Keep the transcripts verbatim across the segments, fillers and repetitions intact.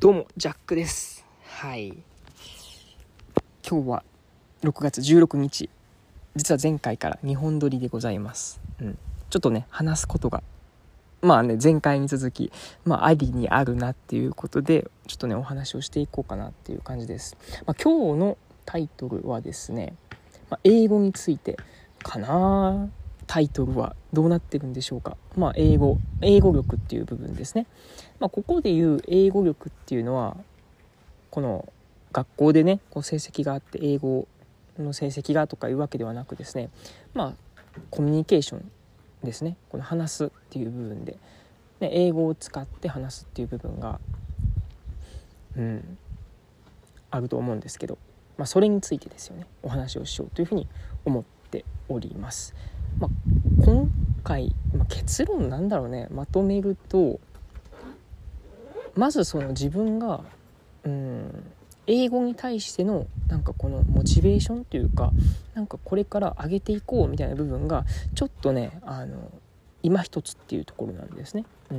どうもジャックです。はい、今日はろくがつじゅうろくにち、実は前回からにほん撮りでございます、うん、ちょっとね話すことがまあね前回に続き、まあ、ありにあるなっていうことでちょっとねお話をしていこうかなっていう感じです。まあ、今日のタイトルはですね、まあ、英語についてかな。タイトルはどうなってるんでしょうか。まあ英語英語力っていう部分ですね。まあ、ここでいう英語力っていうのはこの学校でねこう成績があって英語の成績がとかいうわけではなくですね、まあコミュニケーションですね。この話すっていう部分で、ね、英語を使って話すっていう部分がうんあると思うんですけど、まあ、それについてですよねお話をしようというふうに思っております。まあ、今回、まあ、結論なんだろうねまとめると、まずその自分がうん英語に対してのなんかこのモチベーションというか、なんかこれから上げていこうみたいな部分がちょっとねあの今一つっていうところなんですね。うん、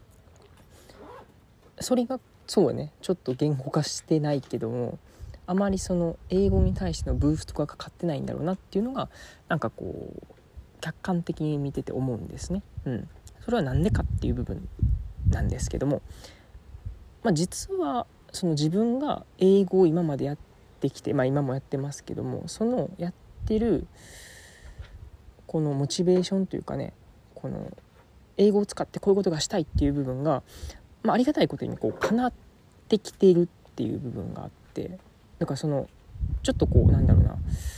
それがそうねちょっと言語化してないけども、あまりその英語に対してのブーストがかかってないんだろうなっていうのがなんかこう客観的に見てて思うんですね。うん、それはなんでかっていう部分なんですけども、まあ、実はその自分が英語を今までやってきて、まあ、今もやってますけども、そのやってるこのモチベーションというかね、この英語を使ってこういうことがしたいっていう部分が、まあ、ありがたいことにこう叶ってきているっていう部分があって、だからそのちょっとこうなんだろうな、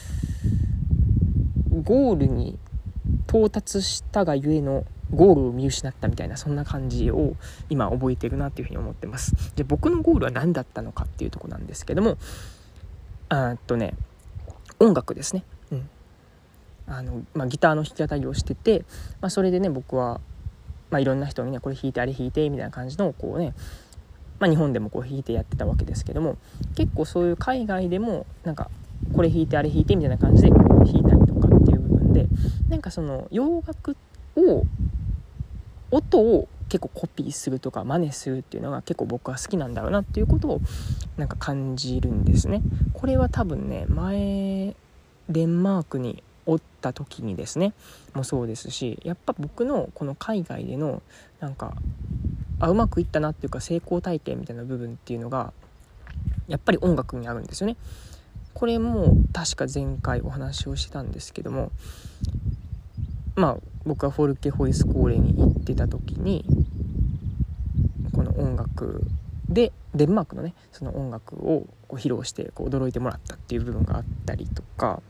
ゴールに到達したがゆえのゴールを見失ったみたいな、そんな感じを今覚えてるなっていうふうに思ってます。で、僕のゴールは何だったのかっていうところなんですけども、あーっとね音楽ですね。うん、あのまあ、ギターの弾き語りをしてて、まあ、それでね僕は、まあ、いろんな人にねこれ弾いてあれ弾いてみたいな感じのこうね、まあ、日本でもこう弾いてやってたわけですけども、結構そういう海外でもなんかこれ弾いてあれ弾いてみたいな感じでこう弾いたりとかっていう部分で、なんかその洋楽を音を結構コピーするとか真似するっていうのが結構僕は好きなんだろうなっていうことをなんか感じるんですね。これは多分ね前デンマークにおった時にですねもそうですし、やっぱ僕のこの海外でのなんかあうまくいったなっていうか成功体験みたいな部分っていうのがやっぱり音楽にあるんですよね。これも確か前回お話をしてたんですけども、まあ僕はフォルケホイスコーレに行ってた時にこの音楽でデンマークのねその音楽をこう披露してこう驚いてもらったっていう部分があったりとか、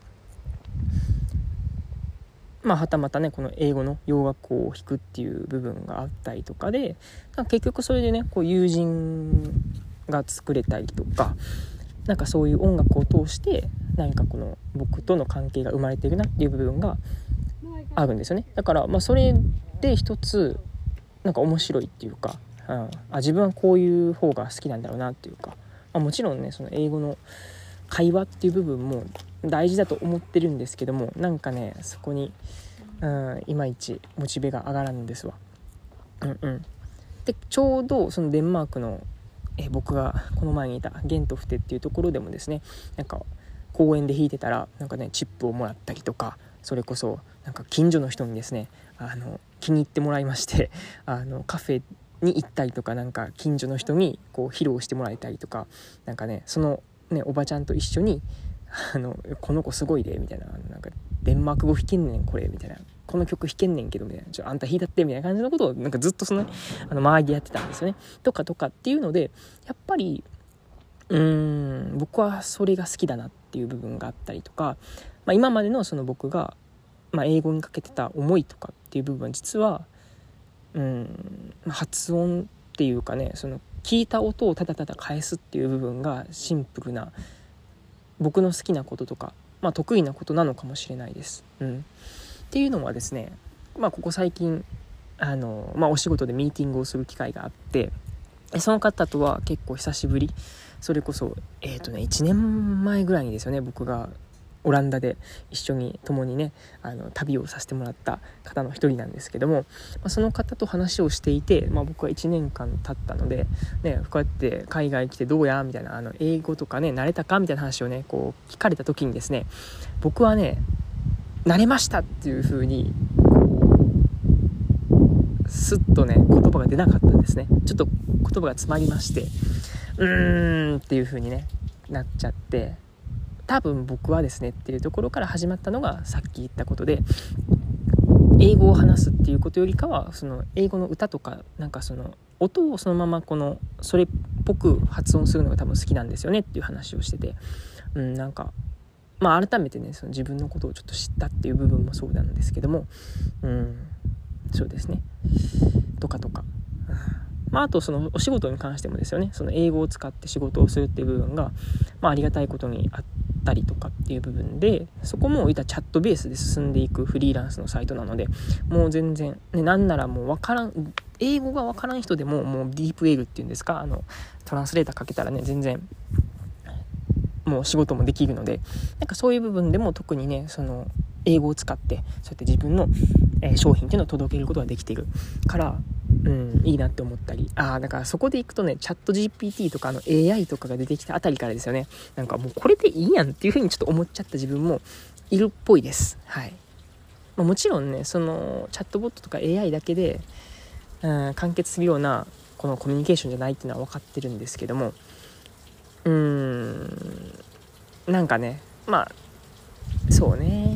まあはたまたねこの英語の洋楽を弾くっていう部分があったりとかで、結局それでねこう友人が作れたりとか、なんかそういう音楽を通して何かこの僕との関係が生まれているなっていう部分があるんですよね。だからまあそれで一つなんか面白いっていうか、うん、あ自分はこういう方が好きなんだろうなっていうか、まあ、もちろんねその英語の会話っていう部分も大事だと思ってるんですけども、なんかねそこに、うん、いまいちモチベが上がらんですわ。うんうん、でちょうどそのデンマークのえ僕がこの前にいたゲントフテっていうところでもですね、なんか公園で弾いてたらなんかねチップをもらったりとか、それこそなんか近所の人にですねあの気に入ってもらいましてあのカフェに行ったりとか、なんか近所の人にこう披露してもらえたりとか、なんかねそのねおばちゃんと一緒にあのこの子すごいでみたいな、なんかデンマーク語弾けんねんこれみたいな、この曲弾けんねんけどみたいな、ちょあんた弾いたってみたいな感じのことをなんかずっとそのあの周りでやってたんですよね。とかとかっていうのでやっぱりうーん僕はそれが好きだなっていう部分があったりとか、まあ、今までのその僕が、まあ、英語にかけてた思いとかっていう部分は実はうーん発音っていうかね、その聞いた音をただただ返すっていう部分がシンプルな僕の好きなこととか、まあ、得意なことなのかもしれないです。うん、っていうのはですね、まあ、ここ最近あの、まあ、お仕事でミーティングをする機会があって、その方とは結構久しぶり、それこそ、えーとね、いちねんまえぐらいにですよね僕がオランダで一緒に共にねあの旅をさせてもらった方の一人なんですけども、まあ、その方と話をしていて、まあ、僕はいちねんかん経ったので、ね、こうやって海外来てどうやみたいな、あの英語とかね慣れたかみたいな話をねこう聞かれた時にですね、僕はね慣れましたっていう風にスッとね言葉が出なかったんですね。ちょっと言葉が詰まりまして、うーんっていう風にねなっちゃって、多分僕はですねっていうところから始まったのがさっき言ったことで、英語を話すっていうことよりかはその英語の歌とかなんかその音をそのままこのそれっぽく発音するのが多分好きなんですよねっていう話をしてて、うん、なんかまあ改めてねその自分のことをちょっと知ったっていう部分もそうなんですけども、うんそうですねとかとか、うんまあ、あとそのお仕事に関してもですよね、その英語を使って仕事をするっていう部分が、まあ、ありがたいことにあったりとかっていう部分で、そこもいったチャットベースで進んでいくフリーランスのサイトなので、もう全然、ね、なんならもう分からん英語が分からん人でももうディープ英語っていうんですか、あのトランスレーターかけたらね全然もう仕事もできるので、なんかそういう部分でも特にねその英語を使ってそうやって自分の、えー、商品っていうのを届けることができているから、うん、いいなって思ったり、ああだからそこでいくとねチャット ジーピーティー とかの エーアイ とかが出てきたあたりからですよね、なんかもうこれでいいやんっていう風にちょっと思っちゃった自分もいるっぽいです。はい、まあ、もちろんねそのチャットボットとか エーアイ だけで、うん、完結するようなこのコミュニケーションじゃないっていうのは分かってるんですけども、うーんなんかねまあそうね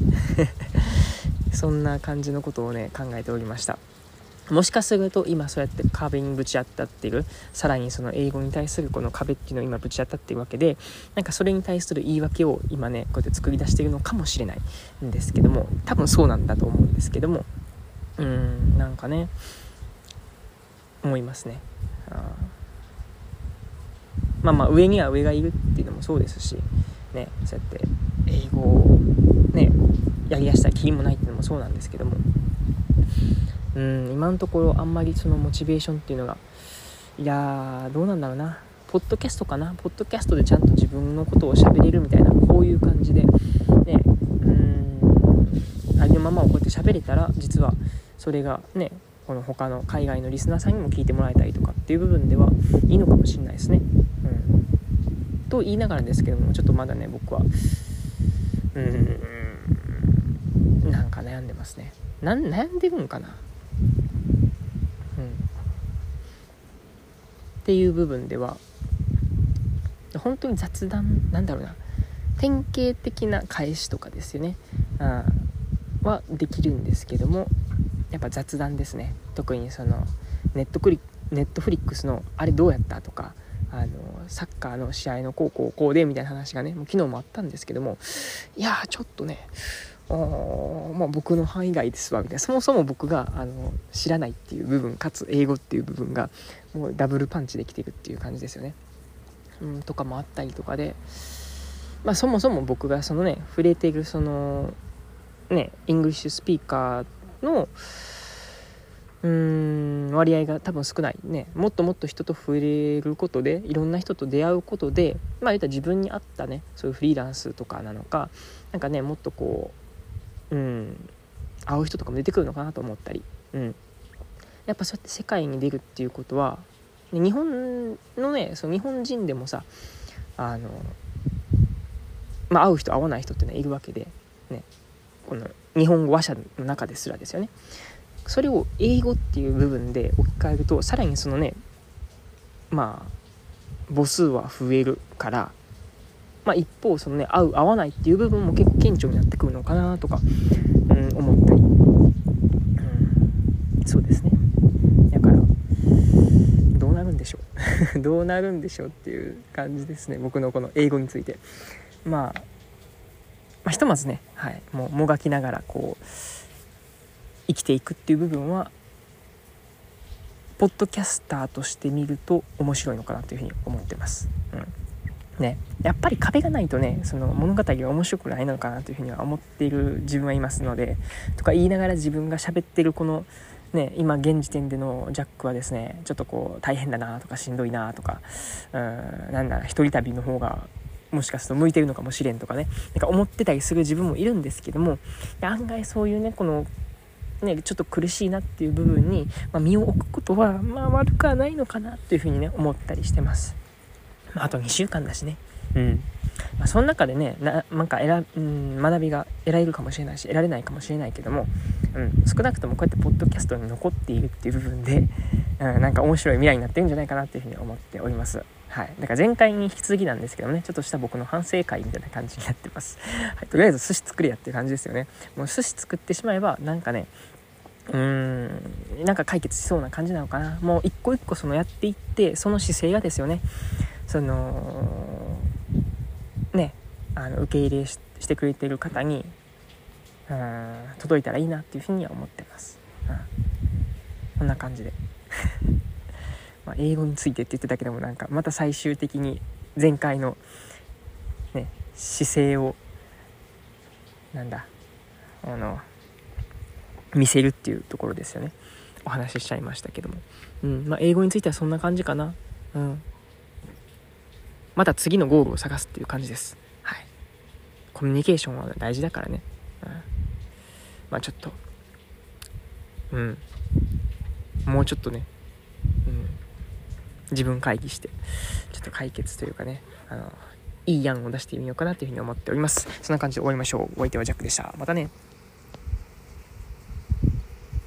そんな感じのことをね考えておりました。もしかすると今そうやって壁にぶち当たっている、さらにその英語に対するこの壁っていうのを今ぶち当たっているわけで、なんかそれに対する言い訳を今ねこうやって作り出しているのかもしれないんですけども、多分そうなんだと思うんですけども、うーんなんかね思いますね。あまあまあ上には上がいるっていうのもそうですしね、そうやって英語をねやりだしたらキリもないっていうのもそうなんですけども、うーん今のところあんまりそのモチベーションっていうのが、いやーどうなんだろうな、ポッドキャストかな、ポッドキャストでちゃんと自分のことを喋れるみたいな、こういう感じでね、うーんありのままをこうやって喋れたら、実はそれがねこの他の海外のリスナーさんにも聞いてもらえたりとかっていう部分ではいいのかもしれないですね、うん、と言いながらですけども、ちょっとまだね僕はうーんなんか悩んでますね。な悩んでるんかな、うん、っていう部分では本当に雑談なんだろうな、典型的な返しとかですよね、あはできるんですけども、やっぱ雑談ですね。特にそのネットクリネットフリックスのあれどうやったとか、あのサッカーの試合のこうこうこうでみたいな話がねもう昨日もあったんですけども、いやちょっとねあ、まあ、僕の範囲外ですわみたいな、そもそも僕があの知らないっていう部分かつ英語っていう部分がもうダブルパンチできてるっていう感じですよね、うん、とかもあったりとかで、まあ、そもそも僕がそのね触れているそのねイングリッシュスピーカーのうーん割合が多分少ないね。もっともっと人と触れることでいろんな人と出会うことで、まあ言ったら自分に合ったねそういうフリーランスとかなのか、なんかねもっとこううん会う人とかも出てくるのかなと思ったり、うんやっぱそうやって世界に出るっていうことは、ね、日本のねその日本人でもさあのまあ会う人会わない人ってねいるわけでね、この日本語話者の中ですらですよね。それを英語っていう部分で置き換えるとさらにそのねまあ母数は増えるから、まあ、一方そのね合う合わないっていう部分も結構顕著になってくるのかなとか、うん、思ったり、うん、そうですね。だからどうなるんでしょうどうなるんでしょうっていう感じですね、僕のこの英語について。まあ、まあ、ひとまずね、はい、もうもがきながらこう生きていくっていう部分はポッドキャスターとして見ると面白いのかなというふうに思ってます、うんね、やっぱり壁がないとねその物語が面白くないのかなというふうには思っている自分はいますので、とか言いながら自分が喋ってるこのね今現時点でのジャックはですねちょっとこう大変だなとかしんどいなとか、うんなんなら一人旅の方がもしかすると向いてるのかもしれんとかね、なんか思ってたりする自分もいるんですけども、案外そういうねこのねちょっと苦しいなっていう部分に、まあ、身を置くことはまあ悪くはないのかなっていうふうにね思ったりしてます。まあ、あとにしゅうかんだしね、うんまあ、その中でねななんか選、うん、学びが得られるかもしれないし得られないかもしれないけども、うん、少なくともこうやってポッドキャストに残っているっていう部分で、うん、なんか面白い未来になってるんじゃないかなっていうふうに思っております。はい、だから前回に引き続きなんですけどね、ちょっとした僕の反省会みたいな感じになってます。はい、とりあえず寿司作れやっていう感じですよね。もう寿司作ってしまえばなんかねうーんなんか解決しそうな感じなのかな。もう一個一個そのやっていって、その姿勢がですよね、そのねあの受け入れ し, してくれている方にうん届いたらいいなっていうふうには思ってます、うん、こんな感じでまあ英語についてって言ってたけども、なんかまた最終的に前回の、ね、姿勢をなんだあの見せるっていうところですよね。お話ししちゃいましたけども、うんまあ、英語についてはそんな感じかな。うん、また次のゴールを探すっていう感じです。はい、コミュニケーションは大事だからね。うん、まあちょっとうんもうちょっとね、うん、自分会議してちょっと解決というかね、あのいい案を出してみようかなというふうに思っております。そんな感じで終わりましょう。お相手はジャックでした。またね。